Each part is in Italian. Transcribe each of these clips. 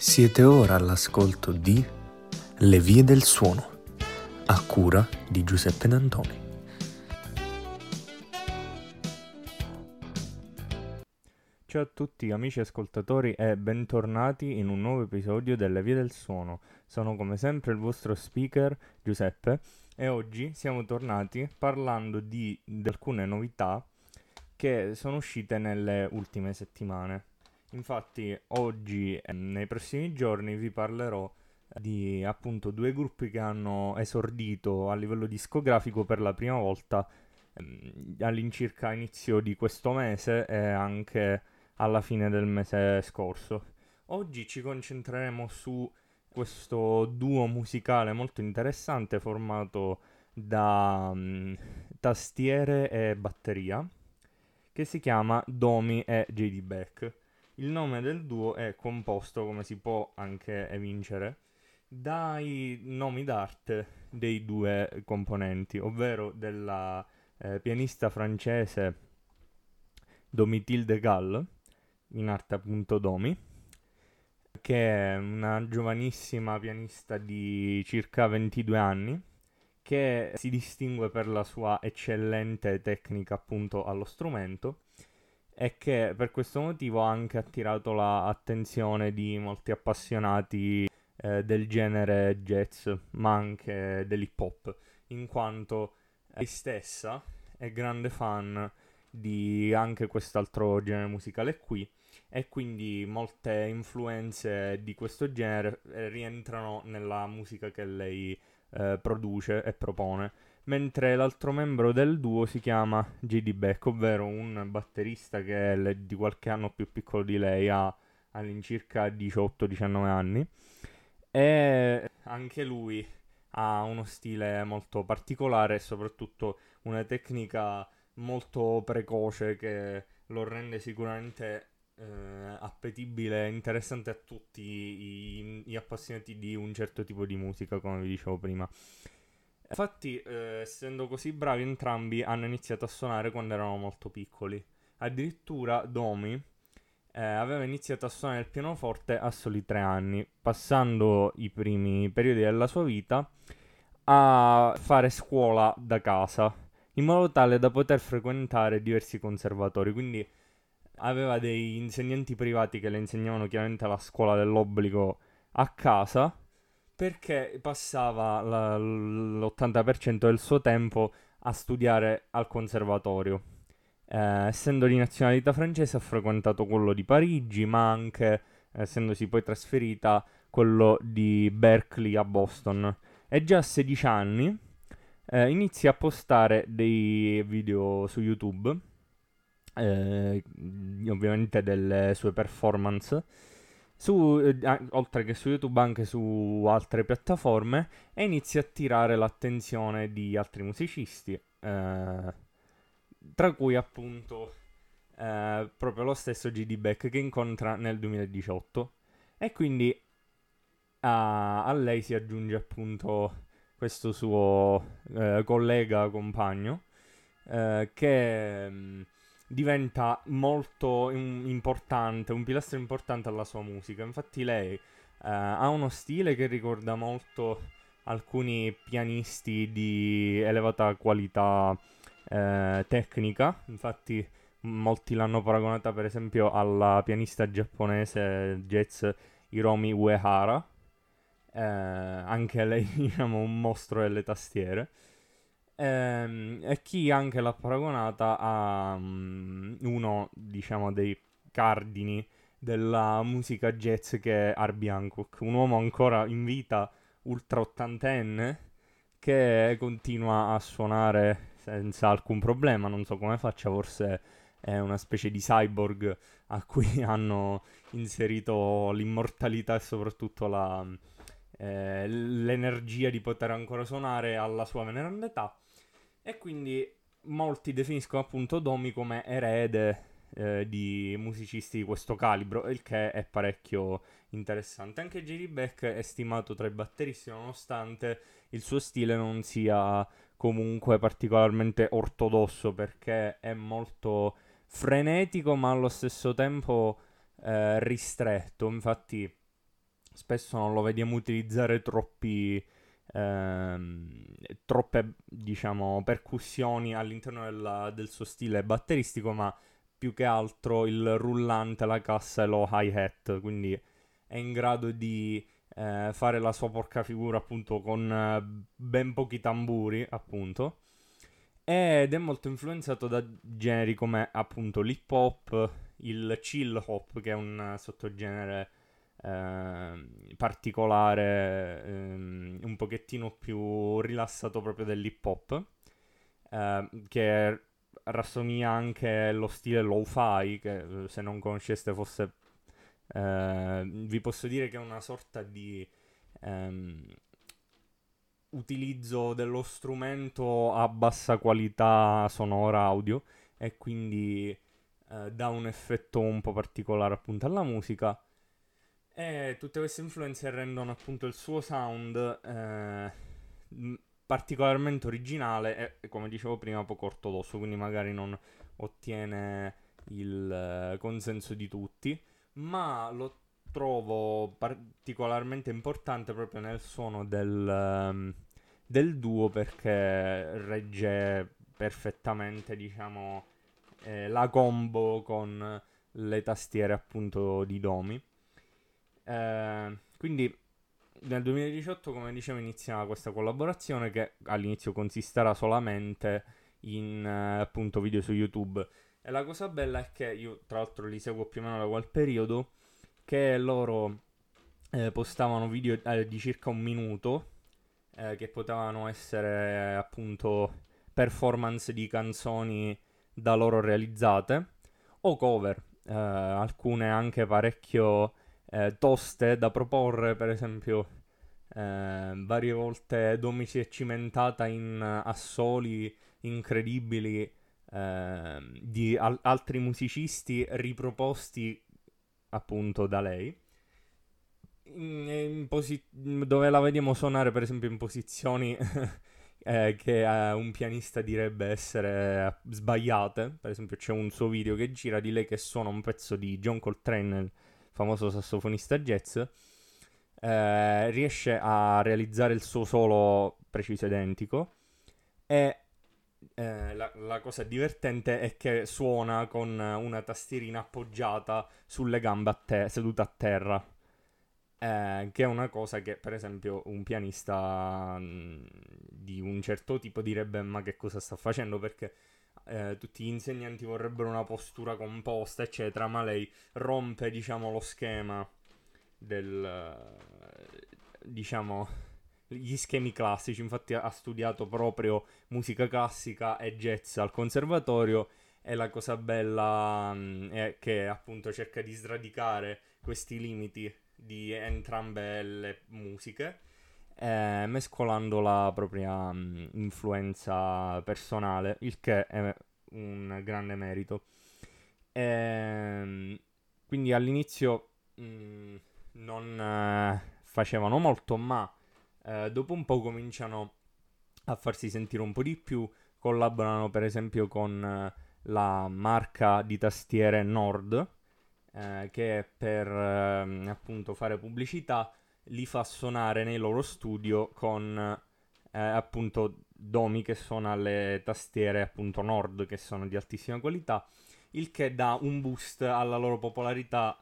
Siete ora all'ascolto di Le vie del suono, a cura di Giuseppe D'Antoni. Ciao a tutti amici ascoltatori e bentornati in un nuovo episodio delle Vie del Suono. Sono come sempre il vostro speaker Giuseppe e oggi siamo tornati parlando di alcune novità che sono uscite nelle ultime settimane. Infatti oggi e nei prossimi giorni vi parlerò di appunto due gruppi che hanno esordito a livello discografico per la prima volta all'incirca a inizio di questo mese e anche alla fine del mese scorso. Oggi ci concentreremo su questo duo musicale molto interessante formato da tastiere e batteria che si chiama Domi e JD Beck. Il nome del duo è composto, come si può anche evincere, dai nomi d'arte dei due componenti, ovvero della pianista francese Domitilde Gall, in arte appunto Domi, che è una giovanissima pianista di circa 22 anni, che si distingue per la sua eccellente tecnica appunto allo strumento e che per questo motivo ha anche attirato l'attenzione di molti appassionati del genere jazz, ma anche dell'hip hop, in quanto lei stessa è grande fan di anche quest'altro genere musicale qui e quindi molte influenze di questo genere rientrano nella musica che lei produce e propone, mentre l'altro membro del duo si chiama JD Beck, ovvero un batterista che è di qualche anno più piccolo di lei, ha all'incirca 18-19 anni, e anche lui ha uno stile molto particolare e soprattutto una tecnica molto precoce che lo rende sicuramente appetibile e interessante a tutti gli appassionati di un certo tipo di musica, come vi dicevo prima. Infatti, essendo così bravi entrambi, hanno iniziato a suonare quando erano molto piccoli. Addirittura Domi aveva iniziato a suonare il pianoforte a soli 3 anni, passando i primi periodi della sua vita a fare scuola da casa, in modo tale da poter frequentare diversi conservatori. Quindi aveva dei insegnanti privati che le insegnavano chiaramente la scuola dell'obbligo a casa, perché passava l'80% del suo tempo a studiare al conservatorio. Essendo di nazionalità francese ha frequentato quello di Parigi, ma anche, essendosi poi trasferita, quello di Berkeley a Boston. E già a 16 anni inizia a postare dei video su YouTube, ovviamente delle sue performance, oltre che su YouTube anche su altre piattaforme, e inizia a attirare l'attenzione di altri musicisti, tra cui appunto proprio lo stesso G.D. Beck che incontra nel 2018. E quindi a lei si aggiunge appunto questo suo collega, compagno, che diventa molto importante, un pilastro importante alla sua musica. Infatti lei ha uno stile che ricorda molto alcuni pianisti di elevata qualità tecnica. Infatti molti l'hanno paragonata per esempio alla pianista giapponese jazz Hiromi Uehara, anche lei diciamo un mostro delle tastiere. E chi anche l'ha paragonata a uno, diciamo, dei cardini della musica jazz, che è Herbie Hancock, un uomo ancora in vita, ultra ottantenne, che continua a suonare senza alcun problema. Non so come faccia, forse è una specie di cyborg a cui hanno inserito l'immortalità e soprattutto l'energia di poter ancora suonare alla sua veneranda età. E quindi molti definiscono appunto Domi come erede di musicisti di questo calibro, il che è parecchio interessante. Anche J.D. Beck è stimato tra i batteristi, nonostante il suo stile non sia comunque particolarmente ortodosso, perché è molto frenetico ma allo stesso tempo ristretto. Infatti spesso non lo vediamo utilizzare troppe, diciamo, percussioni all'interno del suo stile batteristico, ma più che altro il rullante, la cassa e lo hi-hat, quindi è in grado di fare la sua porca figura appunto con ben pochi tamburi, appunto, ed è molto influenzato da generi come appunto l'hip hop, il chill hop, che è un sottogenere particolare, un pochettino più rilassato proprio dell'hip hop, che rassomiglia anche allo stile lo-fi, che se non conosceste fosse, vi posso dire che è una sorta di ehm, utilizzo dello strumento a bassa qualità sonora audio, e quindi dà un effetto un po' particolare appunto alla musica, e tutte queste influenze rendono appunto il suo sound particolarmente originale e, come dicevo prima, poco ortodosso, quindi magari non ottiene il consenso di tutti, ma lo trovo particolarmente importante proprio nel suono del duo, perché regge perfettamente, diciamo, la combo con le tastiere appunto di Domi. Quindi nel 2018, come dicevo, inizia questa collaborazione che all'inizio consisterà solamente in appunto video su YouTube. E la cosa bella è che io, tra l'altro, li seguo più o meno da quel periodo, che loro postavano video di circa un minuto, che potevano essere appunto performance di canzoni da loro realizzate o cover, alcune anche parecchio toste da proporre, per esempio varie volte Domi si è cimentata in assoli incredibili di altri musicisti riproposti appunto da lei, dove la vediamo suonare per esempio in posizioni che un pianista direbbe essere sbagliate. Per esempio c'è un suo video che gira di lei che suona un pezzo di John Coltrane, il famoso sassofonista jazz. Riesce a realizzare il suo solo preciso identico, e la cosa divertente è che suona con una tastierina appoggiata sulle gambe seduta a terra, che è una cosa che per esempio un pianista di un certo tipo direbbe: ma che cosa sta facendo? Perché tutti gli insegnanti vorrebbero una postura composta, eccetera, ma lei rompe, diciamo, lo schema diciamo, gli schemi classici. Infatti ha studiato proprio musica classica e jazz al conservatorio, e la cosa bella è che appunto cerca di sradicare questi limiti di entrambe le musiche, mescolando la propria influenza personale, il che è un grande merito. Ehm, quindi all'inizio non facevano molto, ma dopo un po' cominciano a farsi sentire un po' di più. Collaborano per esempio con la marca di tastiere Nord, che per appunto fare pubblicità li fa suonare nei loro studio con appunto Domi che suona le tastiere appunto Nord, che sono di altissima qualità, il che dà un boost alla loro popolarità,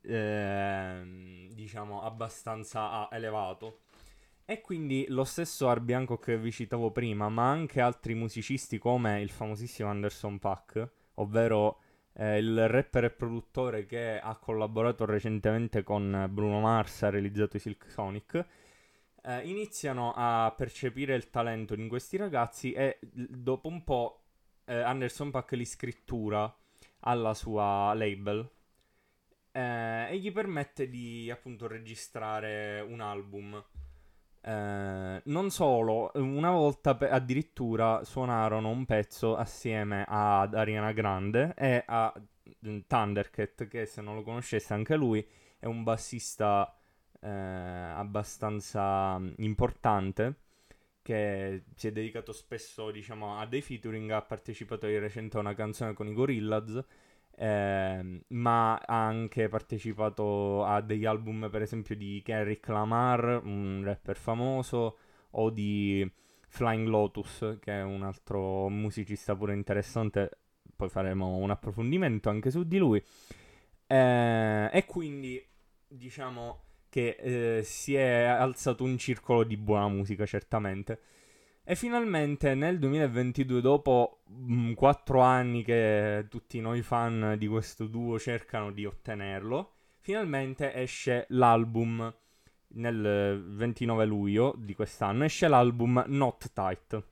diciamo abbastanza elevato. E quindi lo stesso Art Bianco che vi citavo prima, ma anche altri musicisti come il famosissimo Anderson .Paak, ovvero il rapper e produttore che ha collaborato recentemente con Bruno Mars, ha realizzato i Silk Sonic, iniziano a percepire il talento in questi ragazzi, e dopo un po' Anderson .Paak li scrittura alla sua label, e gli permette di appunto registrare un album. Non solo, una volta addirittura suonarono un pezzo assieme ad Ariana Grande e a Thundercat, che se non lo conoscesse anche lui è un bassista abbastanza importante, che si è dedicato spesso, diciamo, a dei featuring. Ha partecipato di recente a una canzone con i Gorillaz, ma ha anche partecipato a degli album, per esempio, di Kendrick Lamar, un rapper famoso, o di Flying Lotus, che è un altro musicista pure interessante. Poi faremo un approfondimento anche su di lui. E quindi diciamo che si è alzato un circolo di buona musica, certamente. E finalmente nel 2022, dopo 4 anni che tutti noi fan di questo duo cercano di ottenerlo, finalmente esce l'album. Nel 29 luglio di quest'anno esce l'album Not Tight.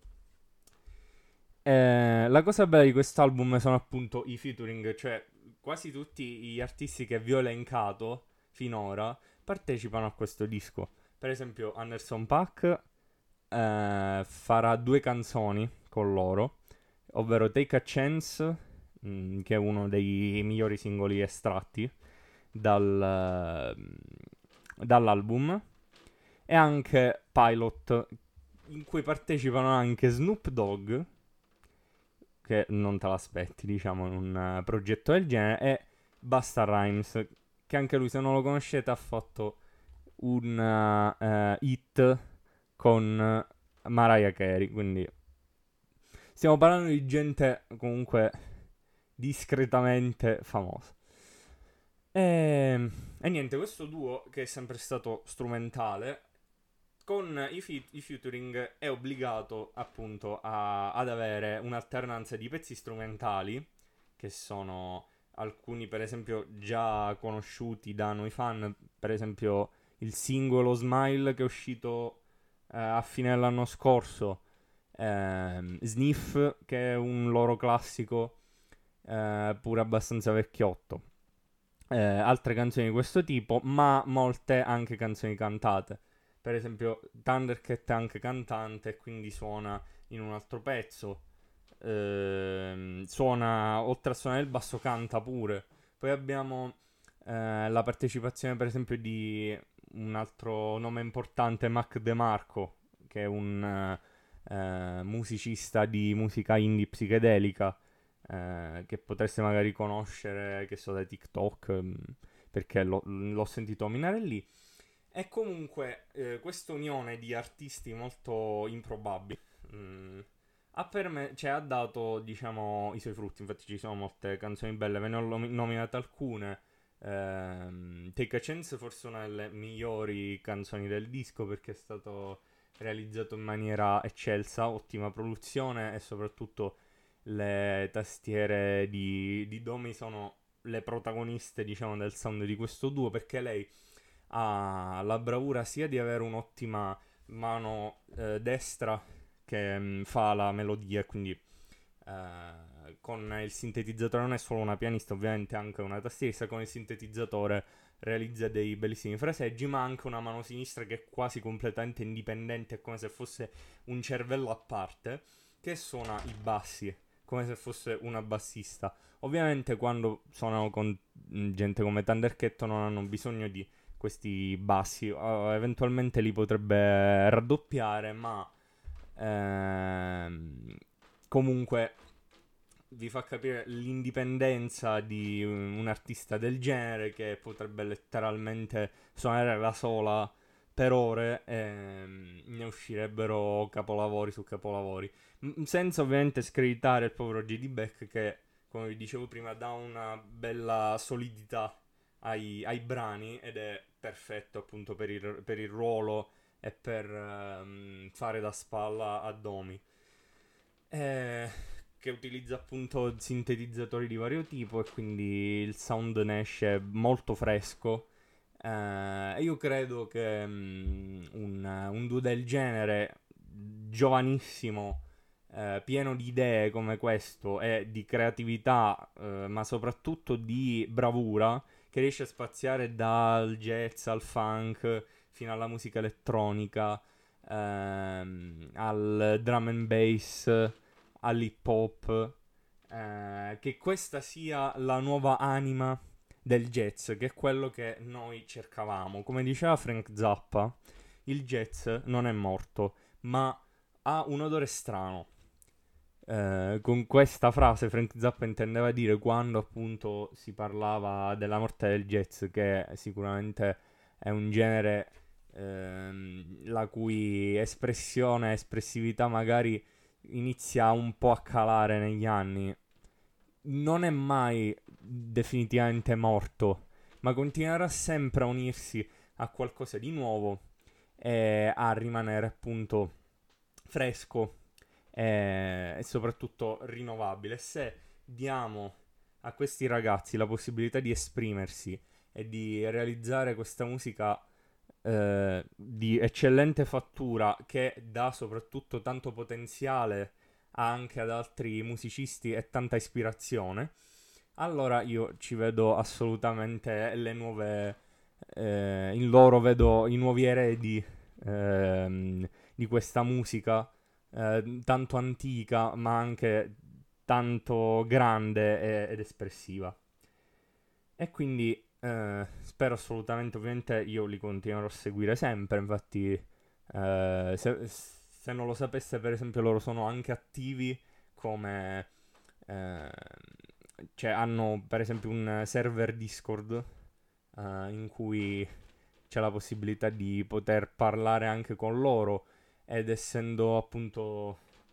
La cosa bella di quest'album sono appunto i featuring, cioè quasi tutti gli artisti che vi ho elencato finora partecipano a questo disco. Per esempio Anderson .Paak farà 2 canzoni con loro, ovvero Take a Chance, che è uno dei migliori singoli estratti dall'album, e anche Pilot, in cui partecipano anche Snoop Dogg, che non te l'aspetti, diciamo, in un progetto del genere, e Busta Rhymes, che anche lui, se non lo conoscete, ha fatto un hit con Mariah Carey, quindi stiamo parlando di gente comunque discretamente famosa. E niente, questo duo, che è sempre stato strumentale, con i featuring è obbligato appunto ad avere un'alternanza di pezzi strumentali, che sono alcuni per esempio già conosciuti da noi fan, per esempio il singolo Smile che è uscito a fine dell'anno scorso, Sniff, che è un loro classico pure abbastanza vecchiotto, altre canzoni di questo tipo, ma molte anche canzoni cantate. Per esempio Thundercat è anche cantante, quindi suona in un altro pezzo, suona, oltre a suonare il basso, canta pure. Poi abbiamo la partecipazione per esempio di un altro nome importante, Mac DeMarco, che è un musicista di musica indie psichedelica, che potreste magari conoscere, che so, da TikTok, perché l'ho sentito nominare lì. E comunque questa unione di artisti molto improbabili cioè, ha dato, diciamo, i suoi frutti. Infatti ci sono molte canzoni belle, ve ne ho nominate alcune. Take a Chance forse una delle migliori canzoni del disco, perché è stato realizzato in maniera eccelsa, ottima produzione, e soprattutto le tastiere di Domi sono le protagoniste, diciamo, del sound di questo duo, perché lei ha la bravura sia di avere un'ottima mano destra che fa la melodia, quindi con il sintetizzatore non è solo una pianista, ovviamente anche una tastierista, con il sintetizzatore realizza dei bellissimi fraseggi, ma anche una mano sinistra che è quasi completamente indipendente, è come se fosse un cervello a parte, che suona i bassi, come se fosse una bassista. Ovviamente quando suonano con gente come Thundercat non hanno bisogno di questi bassi, eventualmente li potrebbe raddoppiare, ma comunque vi fa capire l'indipendenza di un artista del genere, che potrebbe letteralmente suonare da sola per ore e ne uscirebbero capolavori su capolavori. Senza ovviamente screditare il povero JD Beck, che, come vi dicevo prima, dà una bella solidità ai brani, ed è perfetto appunto per il ruolo e per fare da spalla a Domi, che utilizza appunto sintetizzatori di vario tipo, e quindi il sound ne esce molto fresco. E io credo che un duo del genere, giovanissimo, pieno di idee come questo, e di creatività, ma soprattutto di bravura, che riesce a spaziare dal jazz al funk fino alla musica elettronica, al drum and bass, all'hip hop, che questa sia la nuova anima del jazz, che è quello che noi cercavamo. Come diceva Frank Zappa, il jazz non è morto, ma ha un odore strano. con questa frase Frank Zappa intendeva dire quando appunto si parlava della morte del jazz, che sicuramente è un genere la cui espressività magari inizia un po' a calare negli anni. Non è mai definitivamente morto, ma continuerà sempre a unirsi a qualcosa di nuovo e a rimanere appunto fresco e soprattutto rinnovabile. Se diamo a questi ragazzi la possibilità di esprimersi e di realizzare questa musica di eccellente fattura che dà soprattutto tanto potenziale anche ad altri musicisti e tanta ispirazione, allora io ci vedo assolutamente le nuove, in loro vedo i nuovi eredi di questa musica, tanto antica ma anche tanto grande ed espressiva. E quindi spero assolutamente, ovviamente io li continuerò a seguire sempre, infatti se non lo sapesse per esempio loro sono anche attivi come eh, cioè hanno per esempio un server Discord in cui c'è la possibilità di poter parlare anche con loro ed essendo appunto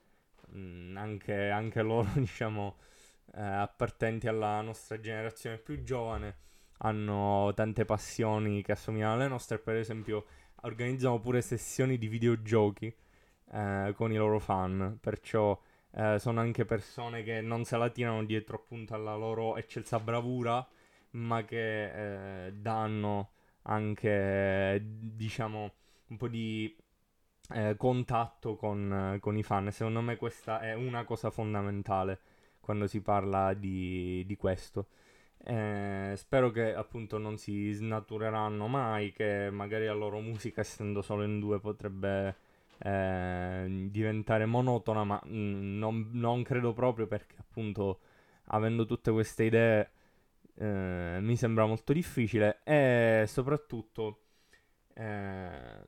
anche loro diciamo appartenenti alla nostra generazione più giovane hanno tante passioni che assomigliano alle nostre, per esempio organizzano pure sessioni di videogiochi con i loro fan, perciò sono anche persone che non se la tirano dietro appunto alla loro eccelsa bravura, ma che danno anche, diciamo, un po' di contatto con i fan. Secondo me questa è una cosa fondamentale quando si parla di questo. Spero che appunto non si snatureranno mai, che magari la loro musica, essendo solo in due, potrebbe diventare monotona, ma non credo proprio perché appunto avendo tutte queste idee mi sembra molto difficile e soprattutto eh,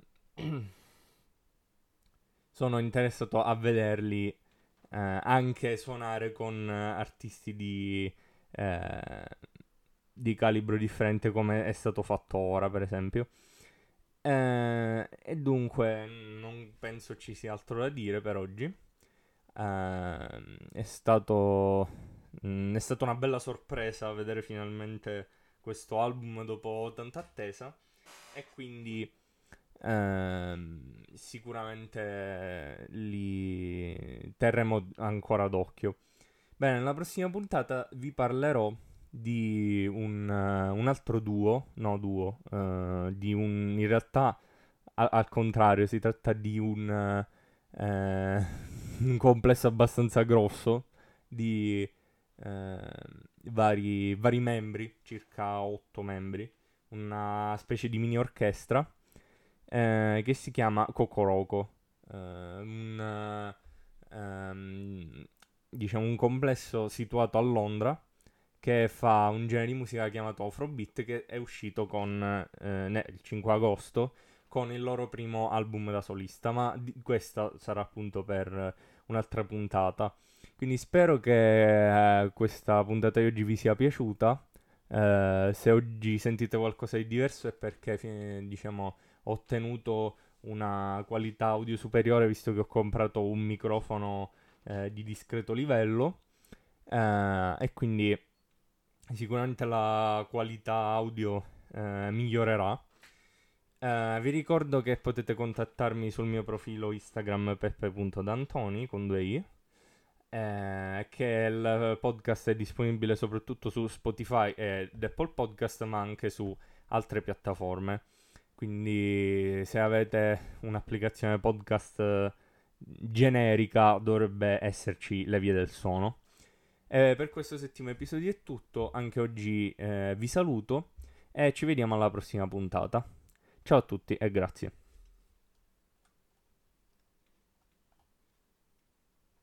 sono interessato a vederli anche suonare con artisti eh, di calibro differente come è stato fatto ora, per esempio. E dunque non penso ci sia altro da dire per oggi. È stato, è stata una bella sorpresa vedere finalmente questo album dopo tanta attesa e quindi sicuramente li terremo ancora d'occhio. Bene, nella prossima puntata vi parlerò di un altro duo, no duo, di in realtà al contrario, si tratta di un complesso abbastanza grosso di eh, vari membri, circa 8 membri, una specie di mini orchestra che si chiama Kokoroko. Diciamo un complesso situato a Londra che fa un genere di musica chiamato Afrobeat che è uscito il 5 agosto con il loro primo album da solista, ma questa sarà appunto per un'altra puntata. Quindi spero che questa puntata di oggi vi sia piaciuta. Se oggi sentite qualcosa di diverso è perché, diciamo, ho ottenuto una qualità audio superiore visto che ho comprato un microfono di discreto livello e quindi sicuramente la qualità audio migliorerà. Vi ricordo che potete contattarmi sul mio profilo Instagram peppe.d'antoni con 2i, che il podcast è disponibile soprattutto su Spotify ed Apple Podcast, ma anche su altre piattaforme. Quindi se avete un'applicazione podcast generica dovrebbe esserci le vie del suono. Per questo settimo episodio è tutto, anche oggi vi saluto e ci vediamo alla prossima puntata. Ciao a tutti e grazie.